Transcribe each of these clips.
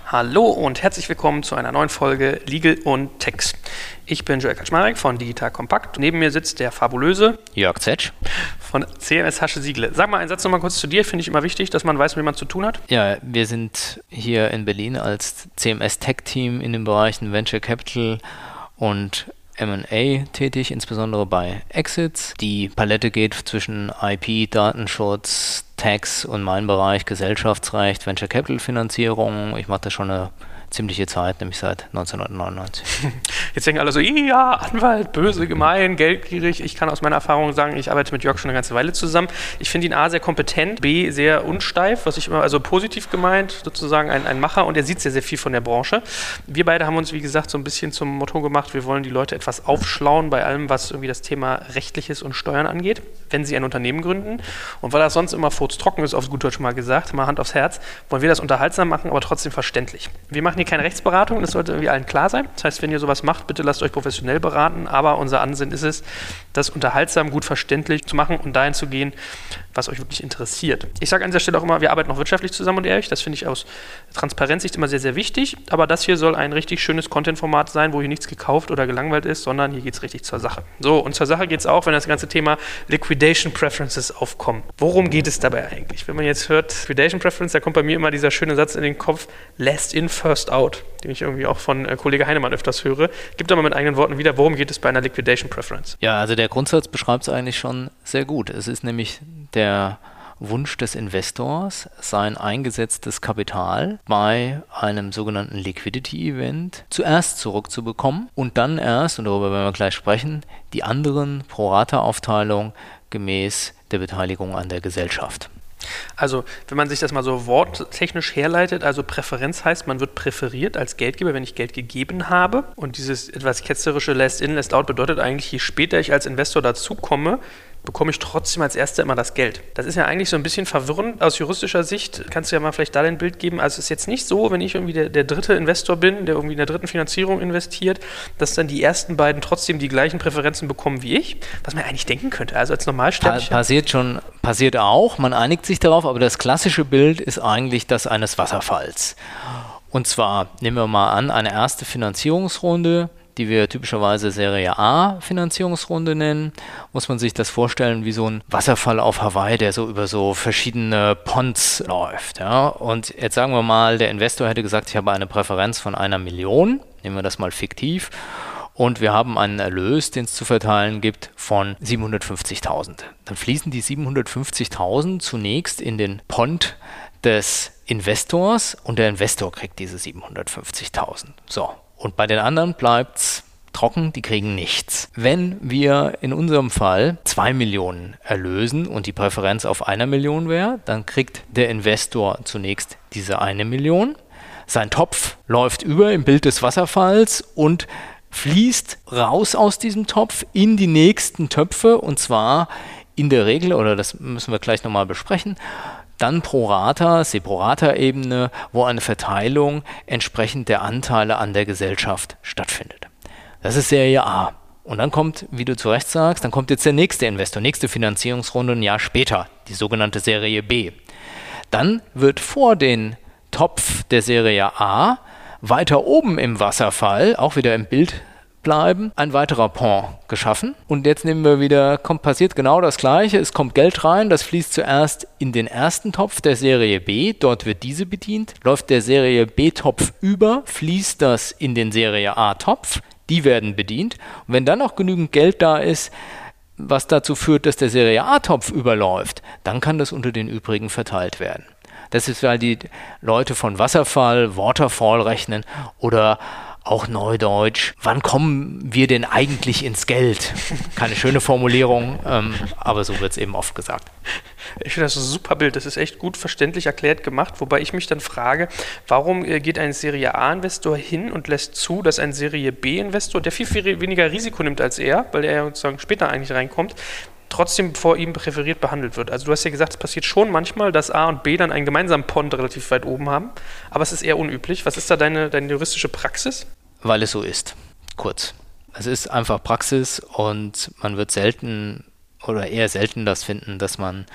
Hallo und herzlich willkommen zu einer neuen Folge Legal und Tax. Ich bin Joel Kaczmarek von Digital Compact. Neben mir sitzt der fabulöse Jörg Zetsch von CMS Hasche-Siegele. Sag mal einen Satz nochmal kurz zu dir. Finde ich immer wichtig, dass man weiß, mit wem man zu tun hat. Ja, wir sind hier in Berlin als CMS Tech Team in den Bereichen Venture Capital und M&A tätig, insbesondere bei Exits. Die Palette geht zwischen IP, Datenschutz, Tax und mein Bereich Gesellschaftsrecht, Venture Capital Finanzierung. Ich mache das schon eine ziemliche Zeit, nämlich seit 1999. Jetzt denken alle so, ja, Anwalt, böse, gemein, geldgierig. Ich kann aus meiner Erfahrung sagen, ich arbeite mit Jörg schon eine ganze Weile zusammen. Ich finde ihn A, sehr kompetent, B, sehr unsteif, was ich immer, also positiv gemeint, sozusagen ein Macher, und er sieht sehr, sehr viel von der Branche. Wir beide haben uns, wie gesagt, so ein bisschen zum Motto gemacht, wir wollen die Leute etwas aufschlauen bei allem, was irgendwie das Thema Rechtliches und Steuern angeht, wenn sie ein Unternehmen gründen. Und weil das sonst immer furztrocken ist, auf gut Deutsch mal gesagt, mal Hand aufs Herz, wollen wir das unterhaltsam machen, aber trotzdem verständlich. Wir machen hier keine Rechtsberatung, das sollte irgendwie allen klar sein. Das heißt, wenn ihr sowas macht, bitte lasst euch professionell beraten, aber unser Ansinnen ist es, das unterhaltsam, gut verständlich zu machen und dahin zu gehen, was euch wirklich interessiert. Ich sage an dieser Stelle auch immer, wir arbeiten auch wirtschaftlich zusammen und ehrlich, das finde ich aus Transparenzsicht immer sehr, sehr wichtig, aber das hier soll ein richtig schönes Content-Format sein, wo hier nichts gekauft oder gelangweilt ist, sondern hier geht es richtig zur Sache. So, und zur Sache geht es auch, wenn das ganze Thema Liquidation Preferences aufkommt. Worum geht es dabei eigentlich? Wenn man jetzt hört Liquidation Preference, da kommt bei mir immer dieser schöne Satz in den Kopf, last in, first out, den ich irgendwie auch von Kollege Heinemann öfters höre. Gib doch mal mit eigenen Worten wieder, worum geht es bei einer Liquidation Preference? Ja, also der Grundsatz beschreibt es eigentlich schon sehr gut. Es ist nämlich der Wunsch des Investors, sein eingesetztes Kapital bei einem sogenannten Liquidity-Event zuerst zurückzubekommen und dann erst, und darüber werden wir gleich sprechen, die anderen Pro-Rata-Aufteilung gemäß der Beteiligung an der Gesellschaft. Also, wenn man sich das mal so worttechnisch herleitet, also Präferenz heißt, man wird präferiert als Geldgeber, wenn ich Geld gegeben habe. Und dieses etwas ketzerische Last in, Last out bedeutet eigentlich, je später ich als Investor dazukomme, bekomme ich trotzdem als Erster immer das Geld. Das ist ja eigentlich so ein bisschen verwirrend aus juristischer Sicht. Kannst du ja mal vielleicht da dein Bild geben. Also es ist jetzt nicht so, wenn ich irgendwie der dritte Investor bin, der irgendwie in der dritten Finanzierung investiert, dass dann die ersten beiden trotzdem die gleichen Präferenzen bekommen wie ich, was man eigentlich denken könnte. Also als Normalsterblicher. Passiert auch, man einigt sich darauf, aber das klassische Bild ist eigentlich das eines Wasserfalls. Und zwar, nehmen wir mal an, eine erste Finanzierungsrunde, die wir typischerweise Serie A Finanzierungsrunde nennen, muss man sich das vorstellen wie so ein Wasserfall auf Hawaii, der so über so verschiedene Ponds läuft. Ja? Und jetzt sagen wir mal, der Investor hätte gesagt, ich habe eine Präferenz von 1 Million, nehmen wir das mal fiktiv, und wir haben einen Erlös, den es zu verteilen gibt, von 750.000. Dann fließen die 750.000 zunächst in den Pond des Investors und der Investor kriegt diese 750.000. So. Und bei den anderen bleibt es trocken, die kriegen nichts. Wenn wir in unserem Fall 2 Millionen erlösen und die Präferenz auf 1 Million wäre, dann kriegt der Investor zunächst diese 1 Million. Sein Topf läuft über im Bild des Wasserfalls und fließt raus aus diesem Topf in die nächsten Töpfe, und zwar in der Regel, oder das müssen wir gleich nochmal besprechen, dann pro Rata, Separata-Ebene, wo eine Verteilung entsprechend der Anteile an der Gesellschaft stattfindet. Das ist Serie A. Und dann kommt, wie du zu Recht sagst, dann kommt jetzt der nächste Investor, nächste Finanzierungsrunde ein Jahr später, die sogenannte Serie B. Dann wird vor den Topf der Serie A weiter oben im Wasserfall, auch wieder im Bild bleiben, ein weiterer Pont geschaffen. Und jetzt nehmen wir wieder, passiert genau das Gleiche. Es kommt Geld rein, das fließt zuerst in den ersten Topf der Serie B, dort wird diese bedient. Läuft der Serie B-Topf über, fließt das in den Serie A-Topf, die werden bedient. Und wenn dann noch genügend Geld da ist, was dazu führt, dass der Serie A-Topf überläuft, dann kann das unter den übrigen verteilt werden. Das ist, weil die Leute von Wasserfall, Waterfall rechnen oder auch Neudeutsch, wann kommen wir denn eigentlich ins Geld? Keine schöne Formulierung, aber so wird es eben oft gesagt. Ich finde das ein super Bild, das ist echt gut verständlich erklärt gemacht, wobei ich mich dann frage, warum geht ein Serie A-Investor hin und lässt zu, dass ein Serie B-Investor, der viel, viel weniger Risiko nimmt als er, weil er ja sozusagen später eigentlich reinkommt, trotzdem vor ihm präferiert behandelt wird. Also du hast ja gesagt, es passiert schon manchmal, dass A und B dann einen gemeinsamen Pond relativ weit oben haben, aber es ist eher unüblich. Was ist da deine juristische Praxis? Weil es so ist. Kurz. Es ist einfach Praxis und man wird selten oder eher selten das finden, dass man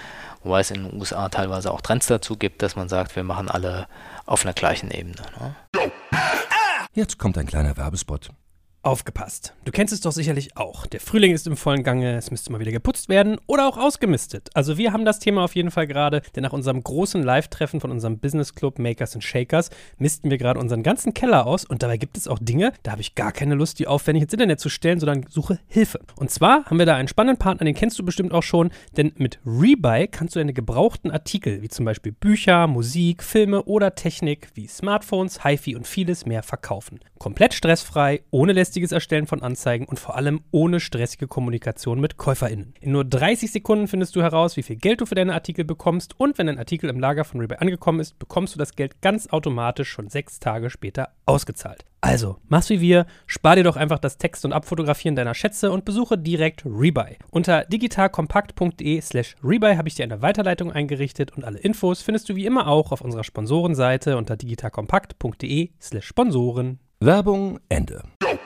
wobei es in den USA teilweise auch Trends dazu gibt, dass man sagt, wir machen alle auf einer gleichen Ebene. Ne? Jetzt kommt ein kleiner Werbespot. Aufgepasst. Du kennst es doch sicherlich auch. Der Frühling ist im vollen Gange, es müsste mal wieder geputzt werden oder auch ausgemistet. Also wir haben das Thema auf jeden Fall gerade, denn nach unserem großen Live-Treffen von unserem Business Club Makers and Shakers misten wir gerade unseren ganzen Keller aus und dabei gibt es auch Dinge, da habe ich gar keine Lust, die aufwendig ins Internet zu stellen, sondern suche Hilfe. Und zwar haben wir da einen spannenden Partner, den kennst du bestimmt auch schon, denn mit Rebuy kannst du deine gebrauchten Artikel, wie zum Beispiel Bücher, Musik, Filme oder Technik wie Smartphones, HiFi und vieles mehr verkaufen. Komplett stressfrei, ohne lästiges Erstellen von Anzeigen und vor allem ohne stressige Kommunikation mit KäuferInnen. In nur 30 Sekunden findest du heraus, wie viel Geld du für deine Artikel bekommst und wenn dein Artikel im Lager von Rebuy angekommen ist, bekommst du das Geld ganz automatisch schon 6 Tage später ausgezahlt. Also, mach's wie wir, spar dir doch einfach das Text- und Abfotografieren deiner Schätze und besuche direkt Rebuy. Unter digitalkompakt.de/Rebuy habe ich dir eine Weiterleitung eingerichtet und alle Infos findest du wie immer auch auf unserer Sponsorenseite unter digitalkompakt.de/Sponsoren. Werbung Ende.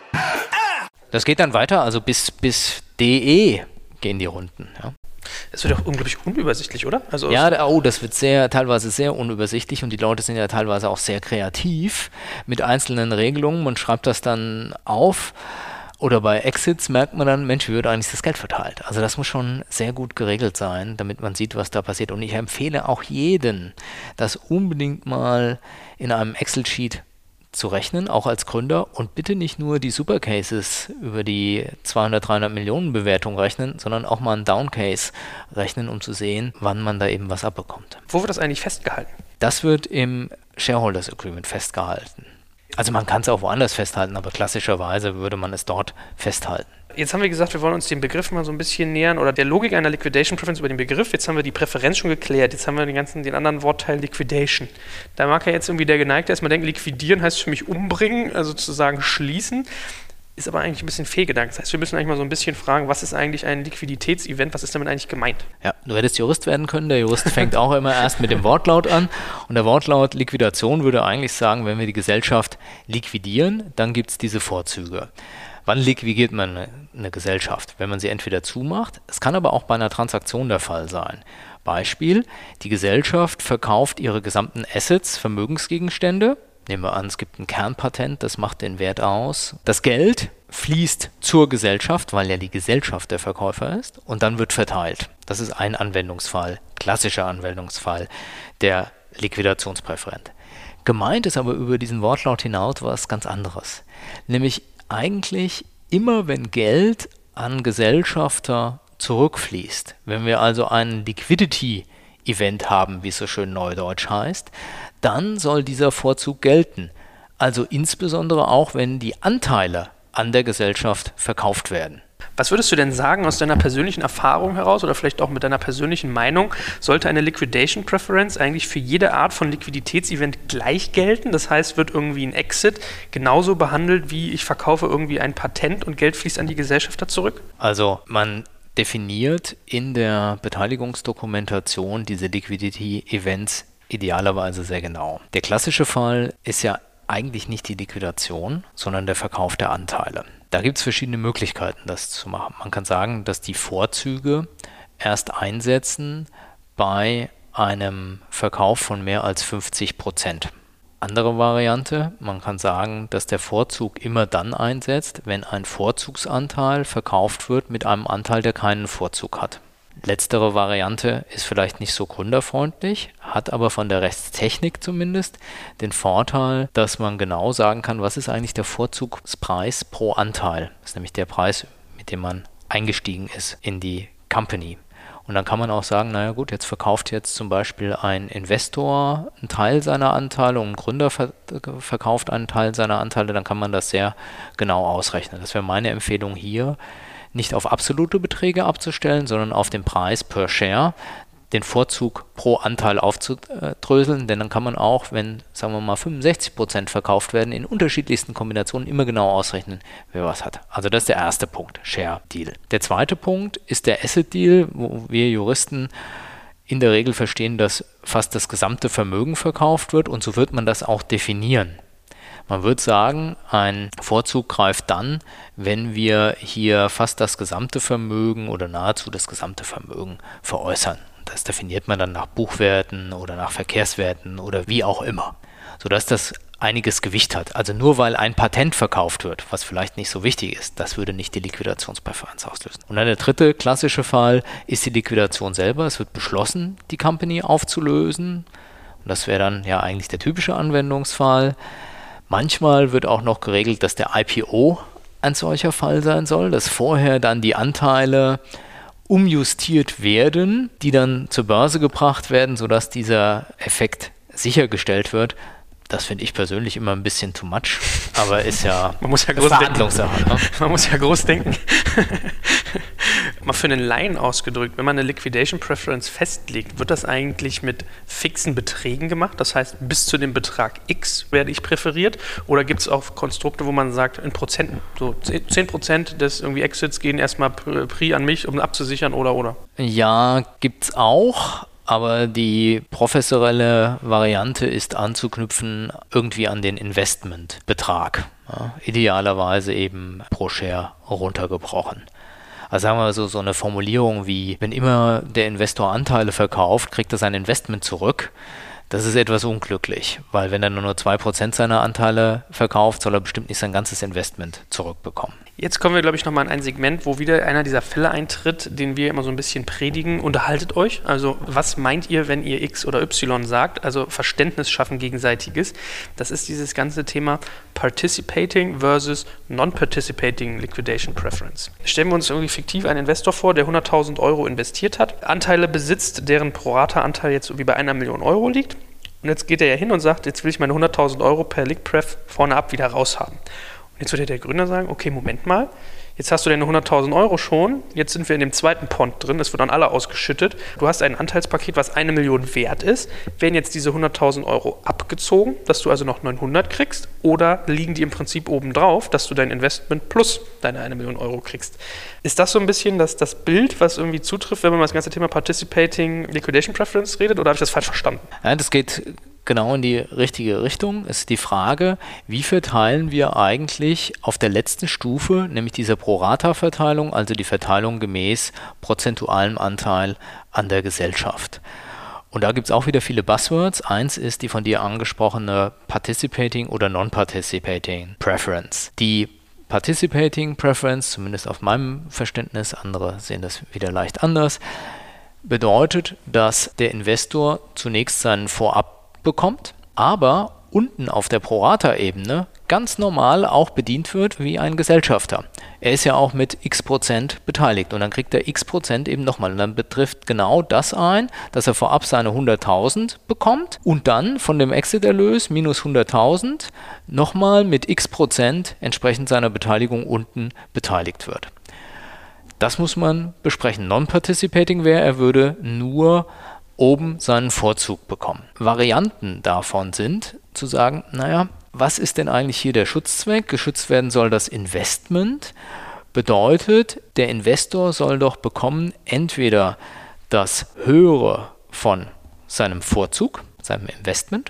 Das geht dann weiter, also bis DE gehen die Runden. Ja. Das wird auch unglaublich unübersichtlich, oder? Also Ja, das wird teilweise sehr unübersichtlich und die Leute sind ja teilweise auch sehr kreativ mit einzelnen Regelungen. Man schreibt das dann auf oder bei Exits merkt man dann, Mensch, wie wird eigentlich das Geld verteilt? Also das muss schon sehr gut geregelt sein, damit man sieht, was da passiert. Und ich empfehle auch jeden, das unbedingt mal in einem Excel-Sheet zu rechnen, auch als Gründer und bitte nicht nur die Supercases über die 200, 300 Millionen Bewertung rechnen, sondern auch mal einen Downcase rechnen, um zu sehen, wann man da eben was abbekommt. wo wird das eigentlich festgehalten? Das wird im Shareholders Agreement festgehalten. Also man kann es auch woanders festhalten, aber klassischerweise würde man es dort festhalten. Jetzt haben wir gesagt, wir wollen uns dem Begriff mal so ein bisschen nähern oder der Logik einer Liquidation Preference über den Begriff. Jetzt haben wir die Präferenz schon geklärt. Jetzt haben wir den anderen Wortteil Liquidation. Da mag ja jetzt irgendwie der Geneigte erstmal denken, liquidieren heißt für mich umbringen, also sozusagen schließen. Ist aber eigentlich ein bisschen fehlgedankt. Das heißt, wir müssen eigentlich mal so ein bisschen fragen, was ist eigentlich ein Liquiditätsevent, was ist damit eigentlich gemeint? Ja, du hättest Jurist werden können. Der Jurist fängt auch immer erst mit dem Wortlaut an. Und der Wortlaut Liquidation würde eigentlich sagen, wenn wir die Gesellschaft liquidieren, dann gibt es diese Vorzüge. Wann liquidiert man eine Gesellschaft? Wenn man sie entweder zumacht, es kann aber auch bei einer Transaktion der Fall sein. Beispiel, die Gesellschaft verkauft ihre gesamten Assets, Vermögensgegenstände. Nehmen wir an, es gibt ein Kernpatent, das macht den Wert aus. Das Geld fließt zur Gesellschaft, weil ja die Gesellschaft der Verkäufer ist, und dann wird verteilt. Das ist ein Anwendungsfall, klassischer Anwendungsfall der Liquidationspräferenz. Gemeint ist aber über diesen Wortlaut hinaus was ganz anderes. Nämlich eigentlich immer, wenn Geld an Gesellschafter zurückfließt, wenn wir also einen Liquidity-Event haben, wie es so schön neudeutsch heißt, dann soll dieser Vorzug gelten. Also insbesondere auch, wenn die Anteile an der Gesellschaft verkauft werden. Was würdest du denn sagen aus deiner persönlichen Erfahrung heraus oder vielleicht auch mit deiner persönlichen Meinung, sollte eine Liquidation Preference eigentlich für jede Art von Liquiditätsevent gleich gelten? Das heißt, wird irgendwie ein Exit genauso behandelt, wie ich verkaufe irgendwie ein Patent und Geld fließt an die Gesellschafter zurück? Also man definiert in der Beteiligungsdokumentation diese Liquidity-Events idealerweise sehr genau. Der klassische Fall ist ja eigentlich nicht die Liquidation, sondern der Verkauf der Anteile. Da gibt es verschiedene Möglichkeiten, das zu machen. Man kann sagen, dass die Vorzüge erst einsetzen bei einem Verkauf von mehr als 50%. Andere Variante, man kann sagen, dass der Vorzug immer dann einsetzt, wenn ein Vorzugsanteil verkauft wird mit einem Anteil, der keinen Vorzug hat. Letztere Variante ist vielleicht nicht so gründerfreundlich, hat aber von der Rechtstechnik zumindest den Vorteil, dass man genau sagen kann, was ist eigentlich der Vorzugspreis pro Anteil. Das ist nämlich der Preis, mit dem man eingestiegen ist in die Company. Und dann kann man auch sagen, naja gut, jetzt verkauft jetzt zum Beispiel ein Investor einen Teil seiner Anteile und ein Gründer verkauft einen Teil seiner Anteile, dann kann man das sehr genau ausrechnen. Das wäre meine Empfehlung hier, nicht auf absolute Beträge abzustellen, sondern auf den Preis per Share, den Vorzug pro Anteil aufzudröseln, denn dann kann man auch, wenn, sagen wir mal, 65% verkauft werden, in unterschiedlichsten Kombinationen immer genau ausrechnen, wer was hat. Also das ist der erste Punkt, Share Deal. Der zweite Punkt ist der Asset Deal, wo wir Juristen in der Regel verstehen, dass fast das gesamte Vermögen verkauft wird und so wird man das auch definieren. Man würde sagen, ein Vorzug greift dann, wenn wir hier fast das gesamte Vermögen oder nahezu das gesamte Vermögen veräußern. Das definiert man dann nach Buchwerten oder nach Verkehrswerten oder wie auch immer, sodass das einiges Gewicht hat. Also nur weil ein Patent verkauft wird, was vielleicht nicht so wichtig ist, das würde nicht die Liquidationspräferenz auslösen. Und dann der dritte klassische Fall ist die Liquidation selber. Es wird beschlossen, die Company aufzulösen. Und das wäre dann ja eigentlich der typische Anwendungsfall. Manchmal wird auch noch geregelt, dass der IPO ein solcher Fall sein soll, dass vorher dann die Anteile umjustiert werden, die dann zur Börse gebracht werden, sodass dieser Effekt sichergestellt wird. Das finde ich persönlich immer ein bisschen too much, aber ist ja, man muss ja groß Verhandlungssache. Ne? Man muss ja groß denken. Mal für einen Laien ausgedrückt, wenn man eine Liquidation Preference festlegt, wird das eigentlich mit fixen Beträgen gemacht? Das heißt, bis zu dem Betrag X werde ich präferiert? Oder gibt es auch Konstrukte, wo man sagt, in Prozenten, so 10% des irgendwie Exits gehen erstmal Prix an mich, um abzusichern oder? Ja, gibt es auch. Aber die professionelle Variante ist anzuknüpfen irgendwie an den Investmentbetrag. Ja, idealerweise eben pro Share runtergebrochen. Also sagen wir so eine Formulierung wie, wenn immer der Investor Anteile verkauft, kriegt er sein Investment zurück. Das ist etwas unglücklich, weil wenn er nur 2% seiner Anteile verkauft, soll er bestimmt nicht sein ganzes Investment zurückbekommen. Jetzt kommen wir, glaube ich, nochmal in ein Segment, wo wieder einer dieser Fälle eintritt, den wir immer so ein bisschen predigen. Unterhaltet euch. Also was meint ihr, wenn ihr X oder Y sagt? Also Verständnis schaffen gegenseitiges. Das ist dieses ganze Thema Participating versus Non-Participating Liquidation Preference. Stellen wir uns irgendwie fiktiv einen Investor vor, der 100.000 Euro investiert hat, Anteile besitzt, deren Pro-Rata-Anteil jetzt irgendwie bei 1 Million Euro liegt. Und jetzt geht er ja hin und sagt, jetzt will ich meine 100.000 Euro per Lic-Pref vorne ab wieder raushaben. Und jetzt würde der Gründer sagen, okay, Moment mal, jetzt hast du deine 100.000 Euro schon, jetzt sind wir in dem zweiten Pond drin, das wird an alle ausgeschüttet. Du hast ein Anteilspaket, was 1 Million wert ist. Werden jetzt diese 100.000 Euro abgezogen, dass du also noch 900 kriegst, oder liegen die im Prinzip oben drauf, dass du dein Investment plus deine 1 Million Euro kriegst? Ist das so ein bisschen das Bild, was irgendwie zutrifft, wenn man über das ganze Thema Participating Liquidation Preference redet, oder habe ich das falsch verstanden? Ja, das geht genau in die richtige Richtung. Ist die Frage, wie verteilen wir eigentlich auf der letzten Stufe, nämlich dieser Pro-Rata-Verteilung, also die Verteilung gemäß prozentualem Anteil an der Gesellschaft. Und da gibt es auch wieder viele Buzzwords. Eins ist die von dir angesprochene Participating oder Non-Participating Preference. Die Participating Preference, zumindest auf meinem Verständnis, andere sehen das wieder leicht anders, bedeutet, dass der Investor zunächst seinen Vorab bekommt, aber unten auf der Pro-Rata-Ebene ganz normal auch bedient wird wie ein Gesellschafter. Er ist ja auch mit x% beteiligt und dann kriegt er x% eben nochmal und dann betrifft genau das ein, dass er vorab seine 100.000 bekommt und dann von dem Exit-Erlös minus 100.000 nochmal mit x% entsprechend seiner Beteiligung unten beteiligt wird. Das muss man besprechen. Non-Participating wäre, er würde nur oben seinen Vorzug bekommen. Varianten davon sind, zu sagen, naja, was ist denn eigentlich hier der Schutzzweck? Geschützt werden soll das Investment. Bedeutet, der Investor soll doch bekommen, entweder das Höhere von seinem Vorzug, seinem Investment,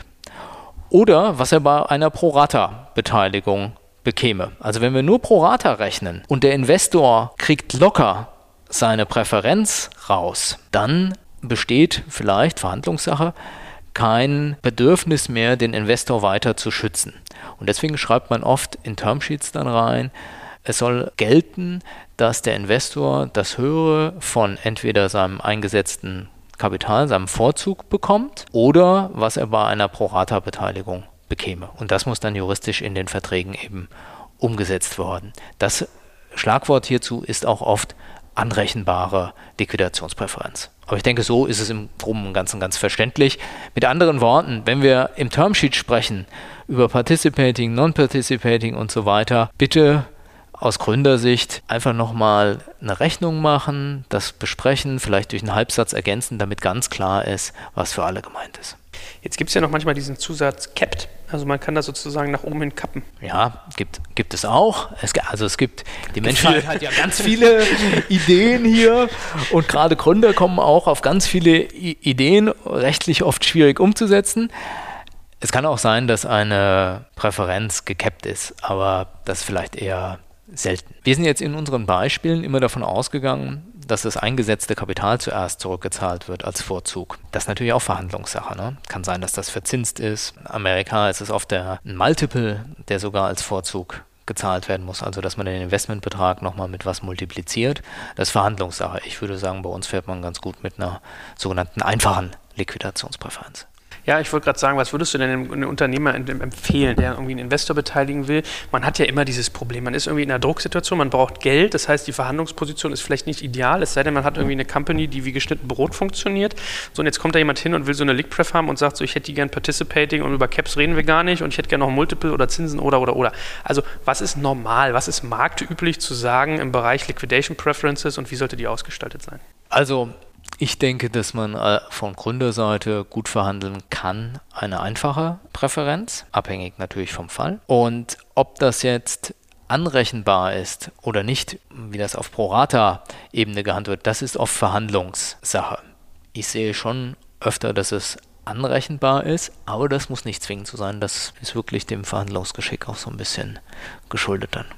oder was er bei einer Pro-Rata-Beteiligung bekäme. Also wenn wir nur Pro-Rata rechnen und der Investor kriegt locker seine Präferenz raus, dann besteht vielleicht, Verhandlungssache, kein Bedürfnis mehr, den Investor weiter zu schützen. Und deswegen schreibt man oft in Termsheets dann rein, es soll gelten, dass der Investor das Höhere von entweder seinem eingesetzten Kapital, seinem Vorzug bekommt oder was er bei einer Pro-Rata-Beteiligung bekäme. Und das muss dann juristisch in den Verträgen eben umgesetzt werden. Das Schlagwort hierzu ist auch oft anrechenbare Liquidationspräferenz. Aber ich denke, so ist es im Groben und Ganzen ganz verständlich. Mit anderen Worten, wenn wir im Termsheet sprechen über Participating, Non-Participating und so weiter, bitte aus Gründersicht einfach nochmal eine Rechnung machen, das besprechen, vielleicht durch einen Halbsatz ergänzen, damit ganz klar ist, was für alle gemeint ist. Jetzt gibt es ja noch manchmal diesen Zusatz capped, also man kann das sozusagen nach oben hin kappen. Ja, gibt es auch. Es gibt, die Menschheit hat ja ganz viele Ideen hier und gerade Gründer kommen auch auf ganz viele Ideen, rechtlich oft schwierig umzusetzen. Es kann auch sein, dass eine Präferenz gekappt ist, aber das ist vielleicht eher selten. Wir sind jetzt in unseren Beispielen immer davon ausgegangen, dass das eingesetzte Kapital zuerst zurückgezahlt wird als Vorzug. Das ist natürlich auch Verhandlungssache. Ne? Kann sein, dass das verzinst ist. In Amerika ist es oft ein Multiple, der sogar als Vorzug gezahlt werden muss, also dass man den Investmentbetrag nochmal mit was multipliziert. Das ist Verhandlungssache. Ich würde sagen, bei uns fährt man ganz gut mit einer sogenannten einfachen Liquidationspräferenz. Ja, ich wollte gerade sagen, was würdest du denn einem Unternehmer empfehlen, der irgendwie einen Investor beteiligen will? Man hat ja immer dieses Problem, man ist irgendwie in einer Drucksituation, man braucht Geld, das heißt, die Verhandlungsposition ist vielleicht nicht ideal, es sei denn, man hat irgendwie eine Company, die wie geschnitten Brot funktioniert. So, und jetzt kommt da jemand hin und will so eine Liqupref haben und sagt so, ich hätte die gern Participating und über Caps reden wir gar nicht und ich hätte gerne noch Multiple oder Zinsen oder. Also, was ist normal, was ist marktüblich zu sagen im Bereich Liquidation Preferences und wie sollte die ausgestaltet sein? Also, ich denke, dass man von Gründerseite gut verhandeln kann, eine einfache Präferenz, abhängig natürlich vom Fall. Und ob das jetzt anrechenbar ist oder nicht, wie das auf Pro-Rata-Ebene gehandelt wird, das ist oft Verhandlungssache. Ich sehe schon öfter, dass es anrechenbar ist, aber das muss nicht zwingend so sein. Das ist wirklich dem Verhandlungsgeschick auch so ein bisschen geschuldet dann.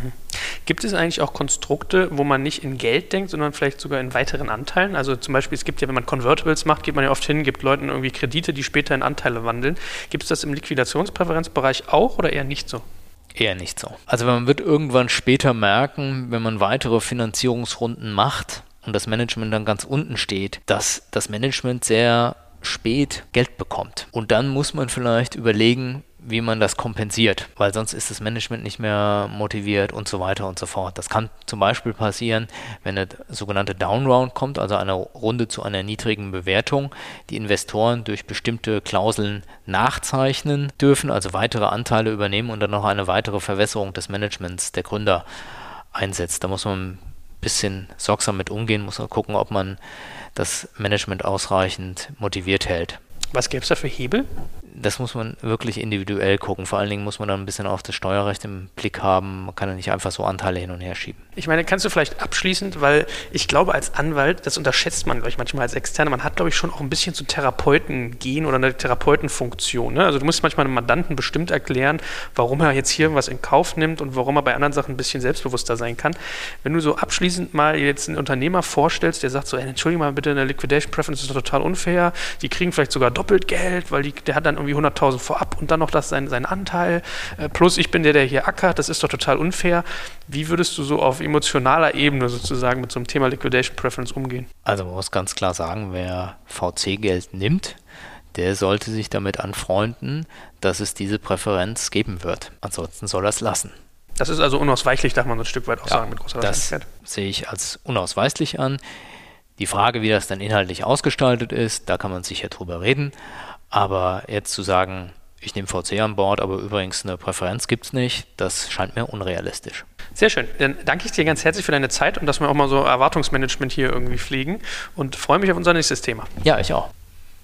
Gibt es eigentlich auch Konstrukte, wo man nicht in Geld denkt, sondern vielleicht sogar in weiteren Anteilen? Also zum Beispiel, es gibt ja, wenn man Convertibles macht, geht man ja oft hin, gibt Leuten irgendwie Kredite, die später in Anteile wandeln. Gibt es das im Liquidationspräferenzbereich auch oder eher nicht so? Eher nicht so. Also man wird irgendwann später merken, wenn man weitere Finanzierungsrunden macht und das Management dann ganz unten steht, dass das Management sehr spät Geld bekommt. Und dann muss man vielleicht überlegen, wie man das kompensiert, weil sonst ist das Management nicht mehr motiviert und so weiter und so fort. Das kann zum Beispiel passieren, wenn eine sogenannte Downround kommt, also eine Runde zu einer niedrigen Bewertung, die Investoren durch bestimmte Klauseln nachzeichnen dürfen, also weitere Anteile übernehmen und dann noch eine weitere Verwässerung des Managements der Gründer einsetzt. Da muss man ein bisschen sorgsam mit umgehen, muss man gucken, ob man das Management ausreichend motiviert hält. Was gäbe es da für Hebel? Das muss man wirklich individuell gucken. Vor allen Dingen muss man dann ein bisschen auf das Steuerrecht im Blick haben. Man kann ja nicht einfach so Anteile hin und her schieben. Ich meine, kannst du vielleicht abschließend, weil ich glaube, als Anwalt, das unterschätzt man, glaube ich, manchmal als Externe, man hat, glaube ich, schon auch ein bisschen zu Therapeuten gehen oder eine Therapeutenfunktion. Ne? Also du musst manchmal einem Mandanten bestimmt erklären, warum er jetzt hier was in Kauf nimmt und warum er bei anderen Sachen ein bisschen selbstbewusster sein kann. Wenn du so abschließend mal jetzt einen Unternehmer vorstellst, der sagt so, entschuldige mal bitte, eine Liquidation Preference ist doch total unfair, die kriegen vielleicht sogar doppelt Geld, weil der hat dann irgendwie 100.000 vorab und dann noch sein Anteil, plus ich bin der hier ackert, das ist doch total unfair. Wie würdest du so auf emotionaler Ebene sozusagen mit so einem Thema Liquidation Preference umgehen? Also man muss ganz klar sagen, wer VC-Geld nimmt, der sollte sich damit anfreunden, dass es diese Präferenz geben wird. Ansonsten soll er es lassen. Das ist also unausweichlich, darf man so ein Stück weit auch sagen, mit großer Wahrscheinlichkeit. Das sehe ich als unausweichlich an. Die Frage, wie das dann inhaltlich ausgestaltet ist, da kann man sicher drüber reden. Aber jetzt zu sagen, ich nehme VC an Bord, aber übrigens eine Präferenz gibt es nicht, das scheint mir unrealistisch. Sehr schön. Dann danke ich dir ganz herzlich für deine Zeit und dass wir auch mal so Erwartungsmanagement hier irgendwie pflegen und freue mich auf unser nächstes Thema. Ja, ich auch.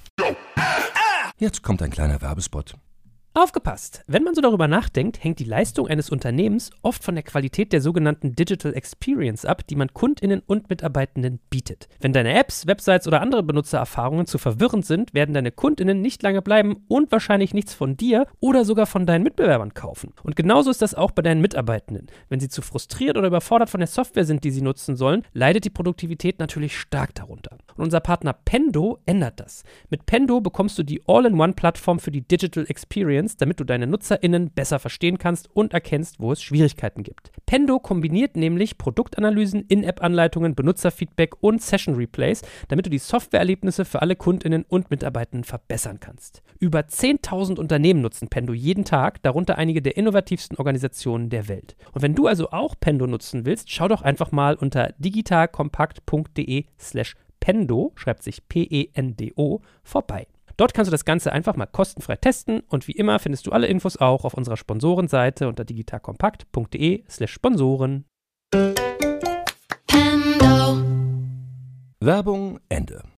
Jetzt kommt ein kleiner Werbespot. Aufgepasst! Wenn man so darüber nachdenkt, hängt die Leistung eines Unternehmens oft von der Qualität der sogenannten Digital Experience ab, die man KundInnen und Mitarbeitenden bietet. Wenn deine Apps, Websites oder andere Benutzererfahrungen zu verwirrend sind, werden deine KundInnen nicht lange bleiben und wahrscheinlich nichts von dir oder sogar von deinen Mitbewerbern kaufen. Und genauso ist das auch bei deinen Mitarbeitenden. Wenn sie zu frustriert oder überfordert von der Software sind, die sie nutzen sollen, leidet die Produktivität natürlich stark darunter. Und unser Partner Pendo ändert das. Mit Pendo bekommst du die All-in-One-Plattform für die Digital Experience, damit du deine NutzerInnen besser verstehen kannst und erkennst, wo es Schwierigkeiten gibt. Pendo kombiniert nämlich Produktanalysen, In-App-Anleitungen, Benutzerfeedback und Session-Replays, damit du die Softwareerlebnisse für alle KundInnen und Mitarbeitenden verbessern kannst. Über 10.000 Unternehmen nutzen Pendo jeden Tag, darunter einige der innovativsten Organisationen der Welt. Und wenn du also auch Pendo nutzen willst, schau doch einfach mal unter digitalkompakt.de/Pendo, schreibt sich P-E-N-D-O, vorbei. Dort kannst du das Ganze einfach mal kostenfrei testen und wie immer findest du alle Infos auch auf unserer Sponsorenseite unter digitalkompakt.de/Sponsoren. Werbung Ende.